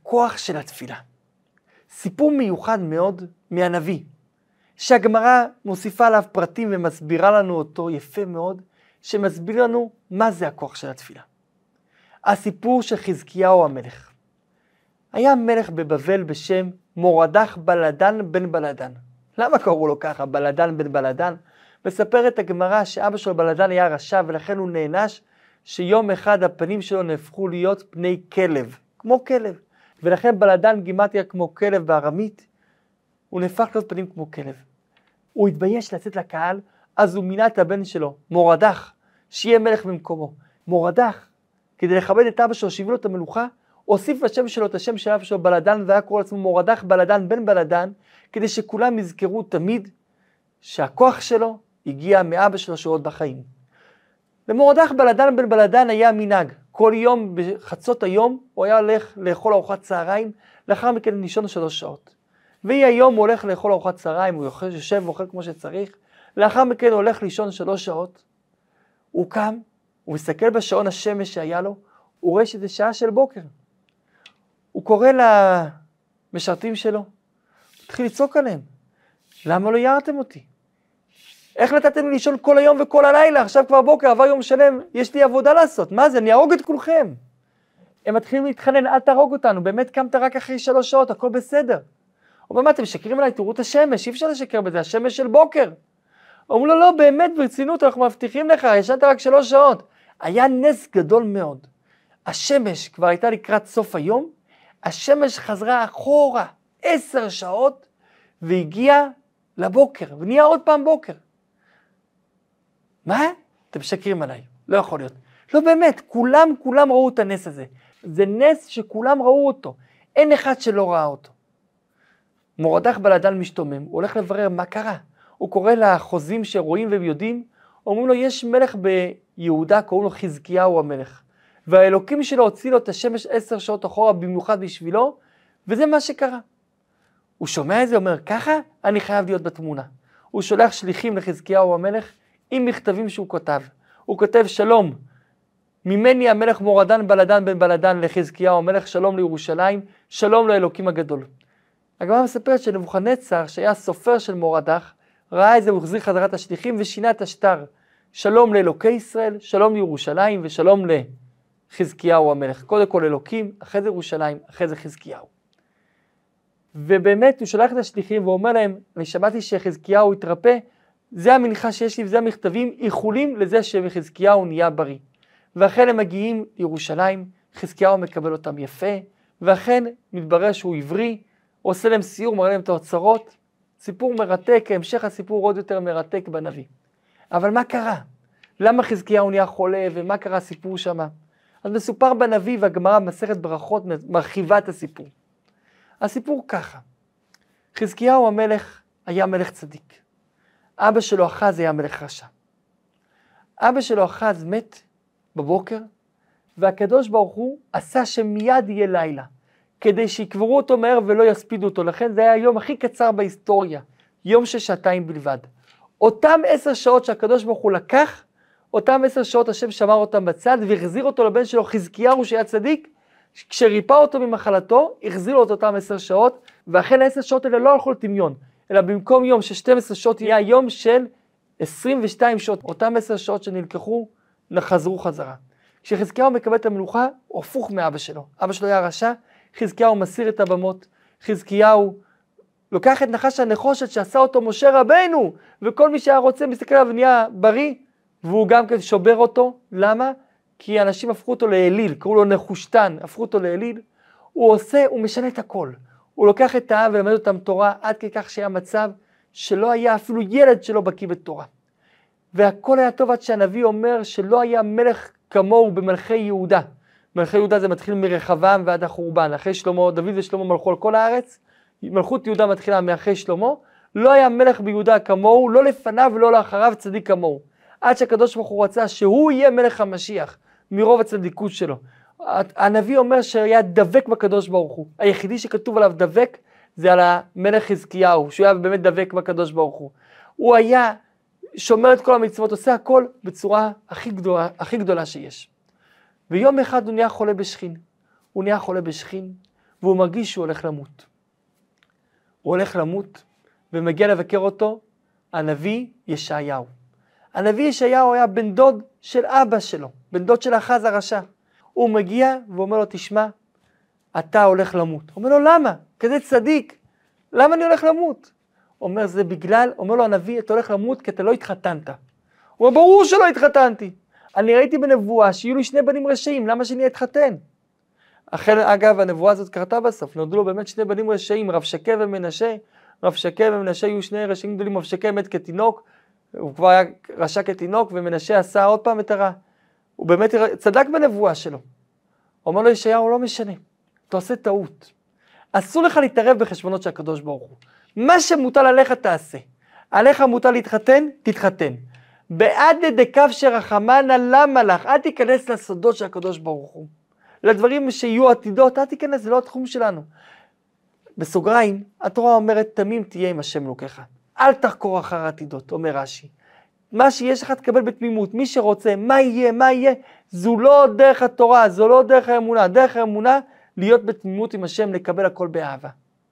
הכוח של התפילה. סיפור מיוחד מאוד מהנביא, שהגמרא מוסיפה עליו פרטים ומסבירה לנו אותו יפה מאוד, שמסביר לנו מה זה הכוח של התפילה. הסיפור של חזקיהו המלך. היה מלך בבבל בשם מורדך בלדן בן בלדן. למה קראו לו ככה, בלדן בן בלדן? מספרת הגמרא שאבא שלו בלדן היה רשע, ולכן הוא נענש שיום אחד הפנים שלו נהפכו להיות פני כלב, כמו כלב. ולכן בלדן גימטריה כמו כלב בארמית, הוא נהפך להיות פנים כמו כלב. הוא התבייש לצאת לקהל, אז הוא מינה את הבן שלו, מורדך, שיהיה מלך במקומו. מורדך, כדי לכבד את אבא שלו, שהביא לו את המלוכה, הוסיף לשם שלו את השם של אבא שלו בלדן, והיה קורא לעצמו מורדך בלדן בן בלדן, כדי שכולם יזכרו תמיד שהכוח שלו הגיע מאבא שלו שעוד בחיים. למורדך בלדן בן בלדן היה מנהג. כל יום בחצות היום הוא היה הולך לאכול ארוחת צהריים, לאחר מכן לישון 3 שעות. והיא היום הוא הולך לאכול ארוחת צהריים, הוא יושב ואוכל כמו שצריך, לאחר מכן הוא הולך לישון 3 שעות. הוא קם, הוא מסתכל בשעון השמש שהיה לו, הוא רואה שזה שעה של בוקר. הוא קורא למשרתים שלו, התחיל לצעוק עליהם, למה לא הערתם אותי? איך נתתם לי לישון כל היום וכל הלילה? עכשיו כבר בוקר, עבר יום שלם, יש לי עבודה לעשות. מה זה? אני ארוג את כולכם. הם מתחילים להתחנן, אל תהרוג אותנו, באמת קמת רק אחרי 3 שעות, הכל בסדר. אומר, מה, אתם משקרים עליי, תראו את השמש, אי אפשר לשקר בזה, השמש של בוקר. אומרים לו, לא, באמת, ברצינות, אנחנו מבטיחים לך, ישנת רק 3 שעות. היה נס גדול מאוד. השמש כבר הייתה לקראת סוף היום, השמש חזרה אחורה 10 שעות, והגיעה לבוקר, ונהיה עוד פעם בוקר. מה? אתם משקרים עליי, לא יכול להיות. לא באמת, כולם ראו את הנס הזה. זה נס שכולם ראו אותו, אין אחד שלא ראה אותו. מורדך בלדן משתומם, הוא הולך לברר מה קרה. הוא קורא לחוזים שרואים ויודעים, אומרים לו, יש מלך ביהודה, קוראים לו חזקיהו המלך. והאלוקים שלו הוציא לו את השמש 10 שעות אחורה במיוחד בשבילו, וזה מה שקרה. הוא שומע את זה, אומר, ככה אני חייב להיות בתמונה. הוא שולח שליחים לחזקיהו המלך עם מכתבים שהוא כותב. הוא כותב, שלום, ממני המלך מורדן בלדן בן בלדן לחזקיהו המלך, שלום לירושלים, שלום לאלוקים הגדול. הגמרא מספרת שנבוכדנצר, שהיה סופר של מורדך, ראה את זה, הוא החזיר חזרת השליחים ושינה את השטר. שלום לאלוקי ישראל, שלום לירושלים ושלום לחזקיהו המלך. קודם כל אלוקים, אחרי זה ירושלים, אחרי זה חזקיהו. ובאמת הוא שולח את השליחים ואומר להם, אני שמעתי שחזקיהו התרפא, זה המנחה שיש לי וזה המכתבים, איחולים לזה שחזקיהו נהיה בריא. ואכן הם מגיעים לירושלים, חזקיהו מקבל אותם יפה, ואכן מתברר שהוא עברי, הוא עושה להם סיור, מראה להם את האוצרות, סיפור מרתק, המשך הסיפור עוד יותר מרתק בנביא. אבל מה קרה? למה חזקיהו נהיה חולה ומה קרה הסיפור שמה? אז מסופר בנביא והגמרא במסכת ברכות מרחיבה את הסיפור. הסיפור ככה, חזקיהו המלך היה מלך צדיק. אבא שלו אחז היה מלך רשע. אבא שלו אחז מת בבוקר, והקדוש ברוך הוא עשה שמיד יהיה לילה, כדי שיקברו אותו מהר ולא יספידו אותו. לכן זה היה היום הכי קצר בהיסטוריה, יום של 2 שעתיים בלבד. אותם 10 שעות שהקדוש ברוך הוא לקח, אותם 10 שעות השם שמר אותם בצד, והחזיר אותו לבן שלו חזקיהו שהיה צדיק, כשריפא אותו ממחלתו, החזיר לו את אותם 10 שעות, ואכן 10 שעות האלה לא הלכו לטמיון, אלא במקום יום של 12 שעות, יהיה יום של 22 שעות. אותם 10 שעות שנלקחו, חזרו חזרה. כשחזקיהו מקבל את המלוכה, הוא הפוך מאבא שלו. אבא שלו היה רשע, חזקיהו מסיר את הבמות, חזקיהו לוקח את נחש הנחושת שעשה אותו משה רבנו, וכל מי שהיה רוצה מסתכל עליו נהיה בריא, והוא גם כן שובר אותו. למה? כי אנשים הפכו אותו לאליל, קראו לו נחושתן, הפכו אותו לאליל. הוא משנה את הכל. הוא לוקח את העם ולמד אותם תורה, עד כך שהיה מצב שלא היה אפילו ילד שלא בקיא בתורה. והכל היה טוב עד שהנביא אומר שלא היה מלך כמוהו במלכי יהודה. מלכי יהודה זה מתחיל מרחבעם ועד החורבן. אחרי שלמה, דוד ושלמה מלכו על כל הארץ. מלכות יהודה מתחילה מאחרי שלמה. לא היה מלך ביהודה כמוהו, לא לפניו ולא לאחריו צדיק כמוהו. עד שהקדוש ברוך הוא רצה שהוא יהיה מלך המשיח, מרוב הצדיקות שלו. הנביא אומר שהיה דבק בקדוש ברוך הוא. היחידי שכתוב עליו דבק זה על המלך חזקיהו, שהוא היה באמת דבק בקדוש ברוך הוא. הוא היה שומר את כל המצוות, עושה הכל בצורה הכי גדולה שיש. ויום אחד הוא נהיה חולה בשכין. הוא נהיה חולה בשכין, והוא מרגיש שהוא הולך למות. הוא הולך למות, ומגיע לבקר אותו הנביא ישעיהו. הנביא ישעיהו היה בן דוד של אבא שלו, בן דוד של אחז הרשע. הוא מגיע ואומר לו, תשמע, אתה הולך למות. הוא אומר לו, למה? כזה צדיק, למה אני הולך למות? אומר, זה בגלל, אומר לו הנביא, אתה הולך למות כי אתה לא התחתנת. הוא אומר, ברור שלא התחתנתי. אני ראיתי בנבואה שיהיו לי 2 בנים רשעים, למה שאני אתחתן? אגב, הנבואה הזאת קרתה בסוף, נולדו לו באמת 2 בנים רשעים, רב שקה ומנשה. רב שקה ומנשה היו 2 רשעים גדולים, רב שקה מת כתינוק, הוא כבר היה רשע כתינוק, ומנשה עשה עוד פעם את הרע. הוא באמת צדק בנבואה שלו. אומר לו ישעיהו, לא משנה, אתה עושה טעות. אסור לך להתערב בחשבונות של הקדוש ברוך הוא. מה שמוטל עליך תעשה. עליך מוטל להתחתן, תתחתן. בעד דקו שרחמנה למה לך, אל תיכנס לסודות של הקדוש ברוך הוא. לדברים שיהיו עתידות, אל תיכנס, זה לא התחום שלנו. בסוגריים, התורה אומרת, תמים תהיה עם השם אלוקיך. אל תחקור אחר העתידות, אומר רש"י. מה שיש לך תקבל בתמימות, מי שרוצה, מה יהיה, זו לא דרך התורה, זו לא דרך האמונה. דרך האמונה, להיות בתמימות עם השם, לקבל הכל באהבה.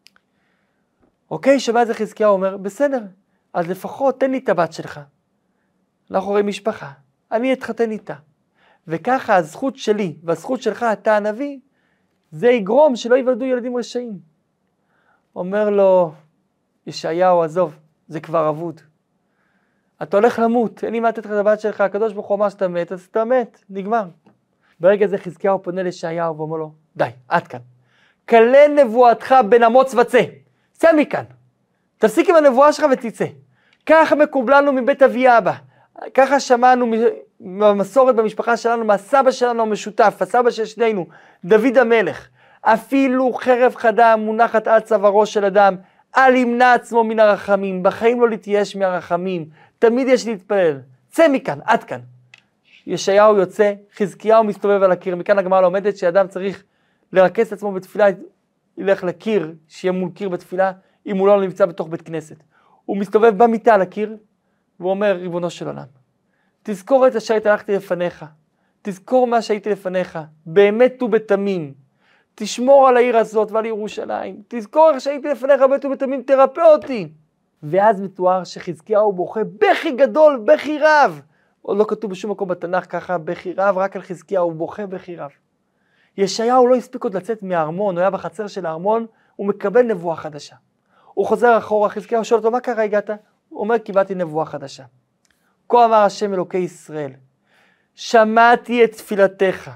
אוקיי, שמה זה חזקיהו אומר, בסדר, אז לפחות תן לי את הבת שלך. אנחנו רואים משפחה, אני אתחתן איתה. וככה הזכות שלי והזכות שלך, אתה הנביא, זה יגרום שלא ייוולדו ילדים רשעים. אומר לו, ישעיהו, עזוב, זה כבר אבוד. אתה הולך למות, אין לי מה לתת לך את הבת שלך, הקדוש ברוך הוא אמר שאתה מת, אז אתה מת, נגמר. ברגע זה חזקיהו פונה לישעיהו ואומר לו, די, עד כאן. כלה נבואתך בין אמוץ וצא, צא מכאן. תפסיק עם הנבואה שלך ותצא. ככה מקובלנו מבית אבי אבא. ככה שמענו במסורת במשפחה שלנו, מהסבא שלנו המשותף, הסבא של שנינו, דוד המלך. אפילו חרב חדה מונחת על צווארו של אדם, אל ימנע עצמו מן הרחמים, בחיים לא להתייאש מהרחמים, תמיד יש להתפלל. צא מכאן, עד כאן. ישעיהו יוצא, חזקיהו מסתובב על הקיר, מכאן הגמרא לומדת שאדם צריך לרכז את עצמו בתפילה, ילך לקיר, שיהיה מול קיר בתפילה, אם הוא לא נמצא בתוך בית כנסת. הוא מסתובב במיטה על הקיר, והוא אומר, ריבונו של עולם, תזכור את אשר הלכתי לפניך, תזכור מה שהייתי לפניך, באמת ובתמים, תשמור על העיר הזאת ועל ירושלים, תזכור איך שהייתי לפניך באמת ובתמים, תרפא אותי. ואז מתואר שחזקיהו בוכה בכי גדול, בכי רב. עוד לא כתוב בשום מקום בתנ"ך ככה בכי רב, רק על חזקיהו, הוא בוכה בכי רב. ישעיהו לא הספיק עוד לצאת מהארמון, הוא היה בחצר של הארמון, הוא מקבל נבואה חדשה. הוא חוזר אחורה, חזקיהו שואל אותו, מה קרה הגעת? הוא אומר, קיבלתי נבואה חדשה. כה אמר השם אלוקי ישראל, שמעתי את תפילתך,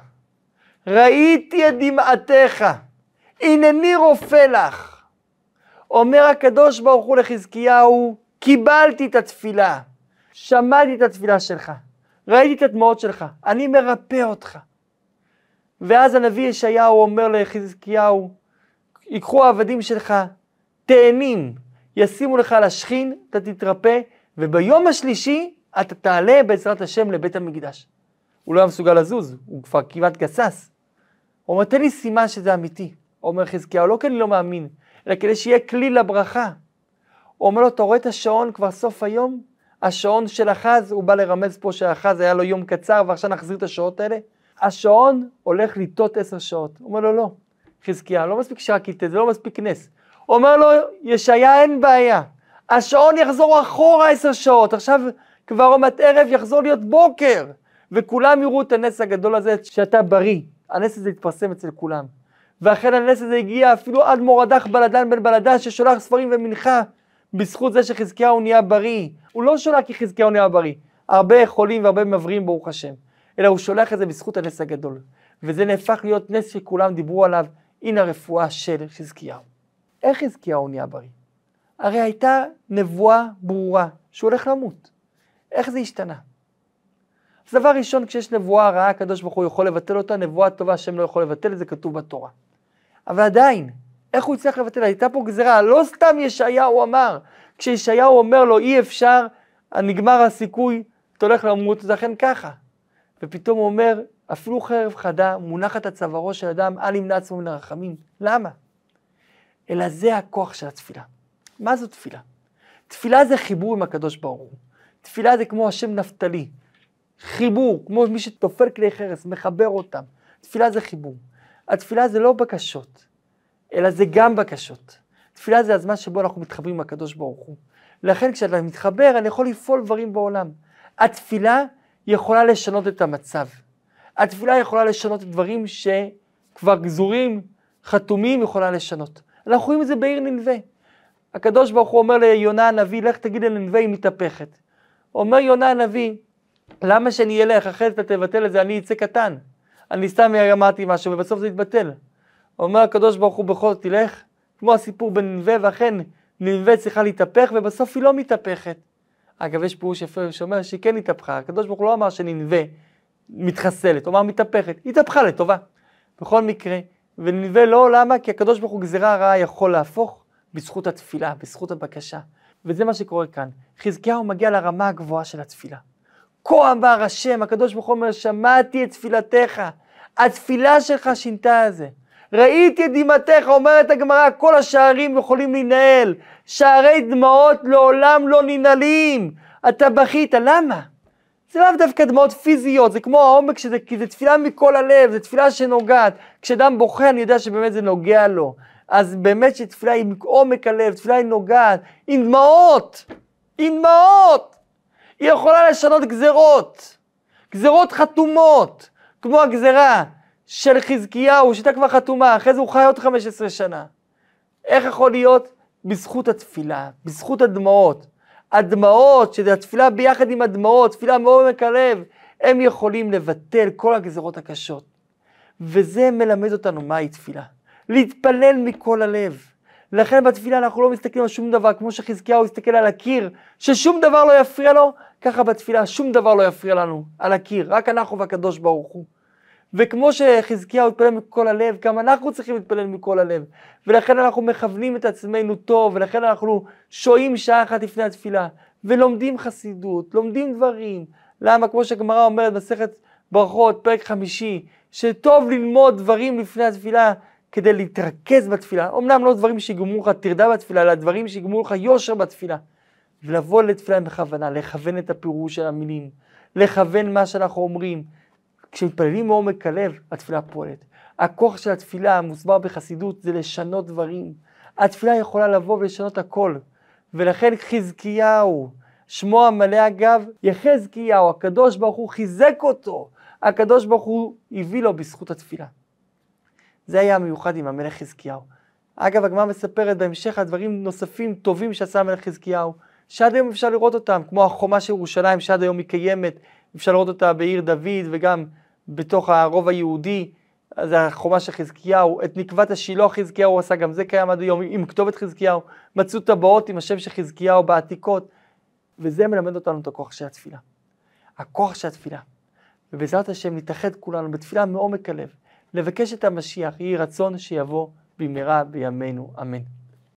ראיתי את דמעתך, הנני רופא לך. אומר הקדוש ברוך הוא לחזקיהו, קיבלתי את התפילה, שמעתי את התפילה שלך, ראיתי את הדמעות שלך, אני מרפא אותך. ואז הנביא ישעיהו אומר לחזקיהו, ייקחו העבדים שלך, תאנים, ישימו לך על השכין, אתה תתרפא, וביום השלישי אתה תעלה בעזרת השם לבית המקדש. הוא לא היה מסוגל לזוז, הוא כבר כמעט גסס. הוא אומר, תן לי סימן שזה אמיתי. אומר חזקיהו, לא כי אני לא מאמין, אלא כדי שיהיה כלי לברכה. הוא אומר לו, אתה רואה את השעון כבר סוף היום? השעון של אחז, הוא בא לרמז פה שאחז היה לו יום קצר, ועכשיו נחזיר את השעות האלה. השעון הולך לטעות 10 שעות. הוא אומר לו, לא, חזקיהו, לא מספיק שרק יטה, זה לא מספיק נס. הוא אומר לו, ישעיה אין בעיה. השעון יחזור אחורה 10 שעות, עכשיו כבר עומת ערב יחזור להיות בוקר. וכולם יראו את הנס הגדול הזה שאתה בריא. הנס הזה יתפרסם אצל כולם. ואכן הנס הזה הגיע אפילו עד מורדך בלדן בן בלדן ששולח ספרים ומנחה בזכות זה שחזקיהו נהיה בריא. הוא לא שולח כי חזקיהו נהיה בריא. הרבה חולים והרבה מבריאים ברוך השם. אלא הוא שולח את זה בזכות הנס הגדול. וזה נהפך להיות נס שכולם דיברו עליו. הנה הרפואה של חזקיהו. איך חזקיהו נהיה בריא? הרי הייתה נבואה ברורה שהוא הולך למות. איך זה השתנה? אז דבר ראשון, כשיש נבואה רעה, הקדוש ברוך הוא יכול לבטל אותה, נבואה טובה, השם לא יכול לבטל, זה כתוב בתורה. אבל עדיין, איך הוא יצליח לבטל? הייתה פה גזירה, לא סתם ישעיהו אמר, כשישעיהו אומר לו אי אפשר, נגמר הסיכוי, אתה הולך למות, זה אכן ככה. ופתאום הוא אומר, אפילו חרב חדה, מונחת על צווארו של אדם, אל ימנע עצמו מן הרחמים. למה? אלא זה הכוח של התפילה. מה זו תפילה? תפילה זה חיבור עם הקדוש ברוך הוא. תפילה זה כמו השם נפתלי. חיבור, כמו מי שתופל כלי חרס, מחבר אותם. תפילה זה חיבור. התפילה זה לא בקשות, אלא זה גם בקשות. תפילה זה הזמן שבו אנחנו מתחברים עם הקדוש ברוך הוא. לכן כשאתה מתחבר, אני יכול לפעול דברים בעולם. התפילה יכולה לשנות את המצב. התפילה יכולה לשנות את דברים שכבר גזורים, חתומים, יכולה לשנות. אנחנו רואים את זה בעיר נינווה. הקדוש ברוך הוא אומר ליונה הנביא, לך תגיד לנינווה, היא מתהפכת. אומר יונה הנביא, למה שאני אלך? אחרי זה תבטל את זה, אני אצא קטן. אני סתם אמרתי משהו, ובסוף זה יתבטל. אומר הקדוש ברוך הוא, בכל זאת תלך, כמו הסיפור בנינווה, ואכן נינווה צריכה להתהפך, ובסוף היא לא מתהפכת. אגב, יש פירוש יפה שאומר שהיא כן התהפכה. הקדוש ברוך הוא לא אמר שנינווה מתחסלת, הוא אמר מתהפכת. היא התהפכה לטובה. בכל מקרה, ונינווה לא, למה? כי הקדוש ברוך הוא גזירה רעה יכול להפוך בזכות התפילה, בזכות הבקשה. וזה מה שקורה כאן. חזקיהו מגיע לרמה הגבוהה של התפילה. כה אמר השם, הקדוש ברוך הוא אומר, שמעתי את תפילתך. התפילה שלך שינתה את זה. ראיתי את דמעתך, אומרת הגמרא, כל השערים יכולים להינעל. שערי דמעות לעולם לא ננעלים. אתה בכית, למה? זה לאו דווקא דמעות פיזיות, זה כמו העומק שזה, כי זה תפילה מכל הלב, זה תפילה שנוגעת. כשאדם בוכה אני יודע שבאמת זה נוגע לו. אז באמת שתפילה היא עומק הלב, תפילה היא נוגעת, עם דמעות, עם דמעות. היא יכולה לשנות גזרות, גזרות חתומות, כמו הגזרה של חזקיהו, שהייתה כבר חתומה, אחרי זה הוא חי עוד 15 שנה. איך יכול להיות? בזכות התפילה, בזכות הדמעות. הדמעות, שזה התפילה ביחד עם הדמעות, תפילה מעומק הלב, הם יכולים לבטל כל הגזרות הקשות. וזה מלמד אותנו מהי תפילה. להתפלל מכל הלב. לכן בתפילה אנחנו לא מסתכלים על שום דבר, כמו שחזקיהו הסתכל על הקיר, ששום דבר לא יפריע לו, ככה בתפילה שום דבר לא יפריע לנו על הקיר, רק אנחנו והקדוש ברוך הוא. וכמו שחזקיהו התפלל מכל הלב, גם אנחנו צריכים להתפלל מכל הלב. ולכן אנחנו מכוונים את עצמנו טוב, ולכן אנחנו שוהים שעה אחת לפני התפילה, ולומדים חסידות, לומדים דברים. למה? כמו שהגמרא אומרת מסכת ברכות, פרק 5, שטוב ללמוד דברים לפני התפילה, כדי להתרכז בתפילה. אמנם לא דברים שיגמרו לך תרדה בתפילה, אלא דברים שיגמרו לך יושר בתפילה. ולבוא לתפילה בכוונה, לכוון את הפירוש של המילים, לכוון מה שאנחנו אומרים. כשמתפללים מעומק הלב, התפילה פועלת. הכוח של התפילה המוסבר בחסידות זה לשנות דברים. התפילה יכולה לבוא ולשנות הכל. ולכן חזקיהו, שמו המלא אגב, יחזקיהו, הקדוש ברוך הוא חיזק אותו. הקדוש ברוך הוא הביא לו בזכות התפילה. זה היה המיוחד עם המלך חזקיהו. אגב, הגמרא מספרת בהמשך הדברים נוספים טובים שעשה המלך חזקיהו, שעד היום אפשר לראות אותם, כמו החומה של ירושלים שעד היום היא קיימת, אפשר לראות אותה בעיר דוד וגם בתוך הרוב היהודי, אז החומה של חזקיהו, את נקבת השילוח חזקיהו עשה, גם זה קיים עד היום עם כתובת חזקיהו, מצאו טבעות עם השם של חזקיהו בעתיקות, וזה מלמד אותנו את הכוח של התפילה. הכוח של התפילה. ובעזרת השם נתאחד כולנו בתפילה מעומק הלב, לבקש את המשיח, יהי רצון שיבוא במהרה בימינו, אמן.